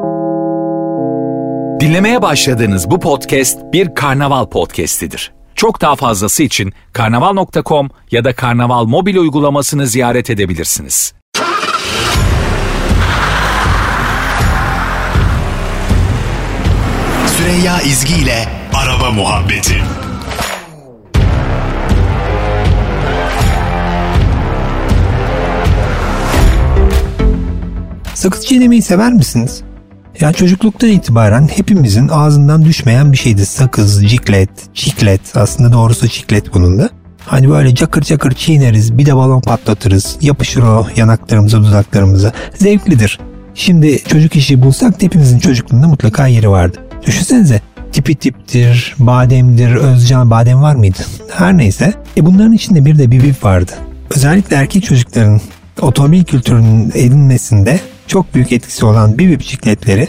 Dinlemeye başladığınız bu podcast bir Karnaval podcastidir. Çok daha fazlası için karnaval.com ya da Karnaval mobil uygulamasını ziyaret edebilirsiniz. Süreyya İzgi ile Araba Muhabbeti. Sakız çiğnemeyi sever misiniz? Ya çocukluktan itibaren hepimizin ağzından düşmeyen bir şeydi. Sakız, çiklet, aslında doğrusu çiklet bunun da. Hani böyle cakır cakır çiğneriz, bir de balon patlatırız, yapışır o yanaklarımıza, dudaklarımıza. Zevklidir. Şimdi çocuk işi bulsak hepimizin çocukluğunda mutlaka yeri vardı. Düşünsenize, tipi tiptir, bademdir, Özcan badem var mıydı? Her neyse. Bunların içinde bir de bibip vardı. Özellikle erkek çocukların otomobil kültürünün edinmesinde çok büyük etkisi olan bibip çikletleri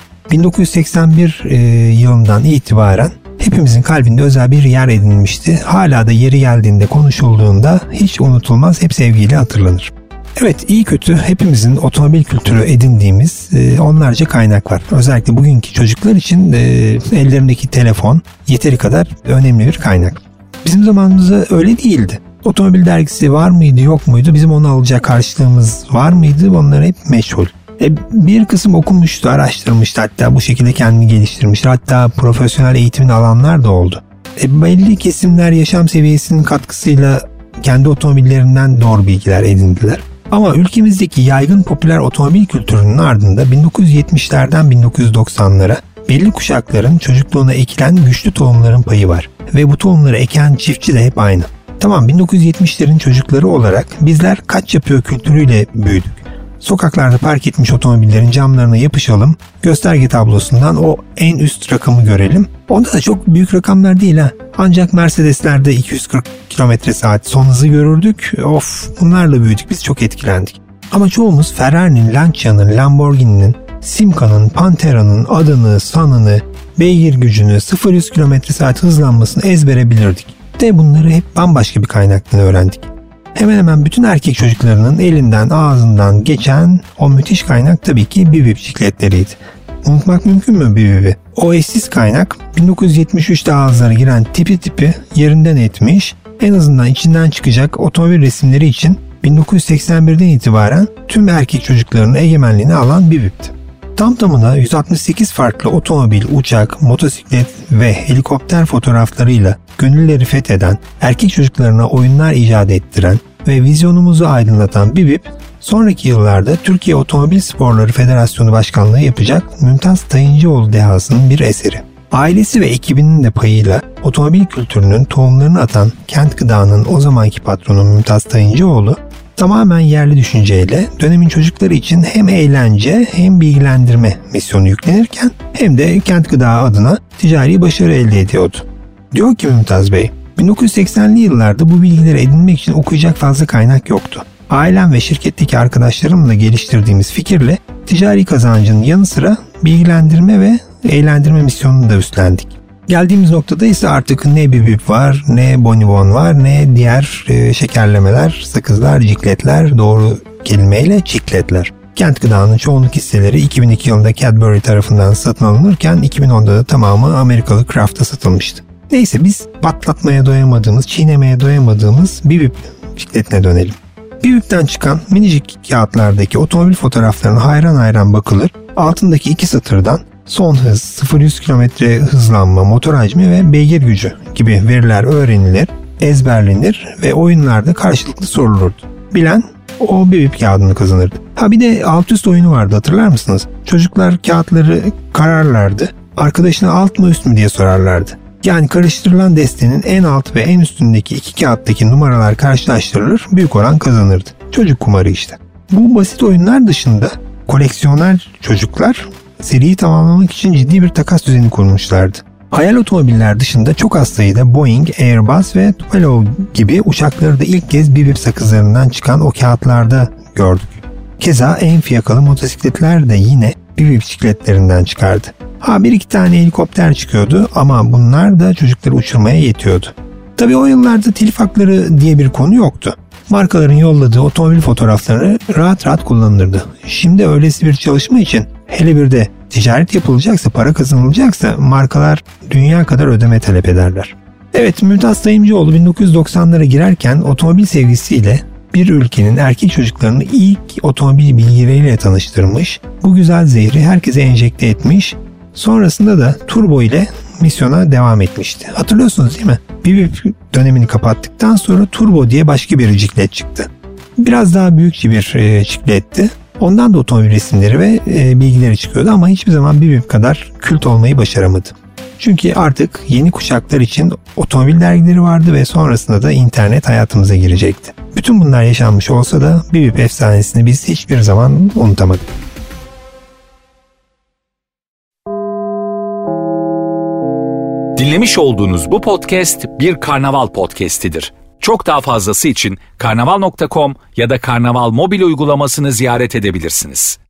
1981 yılından itibaren hepimizin kalbinde özel bir yer edinmişti. Hala da yeri geldiğinde konuşulduğunda hiç unutulmaz, hep sevgiyle hatırlanır. Evet, iyi kötü hepimizin otomobil kültürü edindiğimiz onlarca kaynak var. Özellikle bugünkü çocuklar için ellerindeki telefon yeteri kadar önemli bir kaynak. Bizim zamanımızda öyle değildi. Otomobil dergisi var mıydı, yok muydu? Bizim onu alacak karşılığımız var mıydı? Onlar hep meşhur. Bir kısım okumuştu, araştırmıştı, hatta bu şekilde kendini geliştirmiş. Hatta profesyonel eğitimini alanlar da oldu. Belli kesimler yaşam seviyesinin katkısıyla kendi otomobillerinden doğru bilgiler edindiler. Ama ülkemizdeki yaygın popüler otomobil kültürünün ardında 1970'lerden 1990'lara belli kuşakların çocukluğuna ekilen güçlü tohumların payı var. Ve bu tohumları eken çiftçi de hep aynı. Tamam, 1970'lerin çocukları olarak bizler kaç yapıyor kültürüyle büyüdük. Sokaklarda park etmiş otomobillerin camlarına yapışalım, gösterge tablosundan o en üst rakamı görelim. Onda da çok büyük rakamlar değil ha. Ancak Mercedes'lerde 240 km/saat son hızı görürdük. Of, bunlarla büyüdük, biz çok etkilendik. Ama çoğumuz Ferrari'nin, Lancia'nın, Lamborghini'nin, Simca'nın, Pantera'nın adını, sanını, beygir gücünü, 0-100 km/saat hızlanmasını ezbere bilirdik. De bunları hep bambaşka bir kaynaktan öğrendik. Hemen hemen bütün erkek çocuklarının elinden, ağzından geçen o müthiş kaynak tabii ki bibip çikletleriydi. Unutmak mümkün mü bibipi? O eşsiz kaynak 1973'te ağızlara giren tipi yerinden etmiş, en azından içinden çıkacak otomobil resimleri için 1981'den itibaren tüm erkek çocuklarının egemenliğini alan bibipti. Tam tamına 168 farklı otomobil, uçak, motosiklet ve helikopter fotoğraflarıyla gönülleri fetheden, erkek çocuklarına oyunlar icat ettiren ve vizyonumuzu aydınlatan bibip, sonraki yıllarda Türkiye Otomobil Sporları Federasyonu Başkanlığı yapacak Mümtaz Tayıncıoğlu dehasının bir eseri. Ailesi ve ekibinin de payıyla otomobil kültürünün tohumlarını atan Kent Gıda'nın o zamanki patronu Mümtaz Tayıncıoğlu, tamamen yerli düşünceyle dönemin çocukları için hem eğlence hem bilgilendirme misyonu yüklenirken hem de Kent Gıda adına ticari başarı elde ediyordu. Diyor ki Mümtaz Bey, 1980'li yıllarda bu bilgileri edinmek için okuyacak fazla kaynak yoktu. Ailem ve şirketteki arkadaşlarımla geliştirdiğimiz fikirle ticari kazancın yanı sıra bilgilendirme ve eğlendirme misyonunu da üstlendik. Geldiğimiz noktada ise artık ne bibip var, ne bonibon var, ne diğer şekerlemeler, sakızlar, cikletler, doğru kelimeyle çikletler. Kent Gıda'nın çoğunluk hisseleri 2002 yılında Cadbury tarafından satın alınırken 2010'da da tamamı Amerikalı Kraft'a satılmıştı. Neyse, biz patlatmaya doyamadığımız, çiğnemeye doyamadığımız bibip çikletine dönelim. Bibip'ten çıkan minicik kağıtlardaki otomobil fotoğraflarına hayran hayran bakılır. Altındaki iki satırdan son hız, 0-100 km hızlanma, motor hacmi ve beygir gücü gibi veriler öğrenilir, ezberlenir ve oyunlarda karşılıklı sorulurdu. Bilen o bibip kağıdını kazanırdı. Bir de alt üst oyunu vardı, hatırlar mısınız? Çocuklar kağıtları kararlardı. Arkadaşına alt mı üst mü diye sorarlardı. Yani karıştırılan destenin en alt ve en üstündeki iki kağıttaki numaralar karşılaştırılır, büyük olan kazanırdı. Çocuk kumarı işte. Bu basit oyunlar dışında koleksiyoner çocuklar seriyi tamamlamak için ciddi bir takas düzeni kurmuşlardı. Hayal otomobiller dışında çok az sayıda Boeing, Airbus ve Tupolev gibi uçakları da ilk kez bibip sakızlarından çıkan o kağıtlarda gördük. Keza en fiyakalı motosikletler de yine bibip çikletlerinden çıkardı. Bir iki tane helikopter çıkıyordu ama bunlar da çocukları uçurmaya yetiyordu. Tabii o yıllarda telif hakları diye bir konu yoktu. Markaların yolladığı otomobil fotoğrafları rahat rahat kullanılırdı. Şimdi öylesi bir çalışma için, hele bir de Ticaret yapılacaksa, para kazanılacaksa markalar dünya kadar ödeme talep ederler. Evet, Mümtaz Dayımcıoğlu 1990'lara girerken otomobil sevgisiyle bir ülkenin erkek çocuklarını ilk otomobil bilgileriyle tanıştırmış, bu güzel zehri herkese enjekte etmiş, sonrasında da turbo ile misyona devam etmişti. Hatırlıyorsunuz değil mi? Bip dönemini kapattıktan sonra turbo diye başka bir ciklet çıktı. Biraz daha büyükçe bir cikletti. Ondan da otomobil resimleri ve bilgileri çıkıyordu ama hiçbir zaman Bip kadar kült olmayı başaramadı. Çünkü artık yeni kuşaklar için otomobil dergileri vardı ve sonrasında da internet hayatımıza girecekti. Bütün bunlar yaşanmış olsa da Bip efsanesini biz hiçbir zaman unutamadık. Dinlemiş olduğunuz bu podcast bir Karnaval podcastidir. Çok daha fazlası için karnaval.com ya da Karnaval mobil uygulamasını ziyaret edebilirsiniz.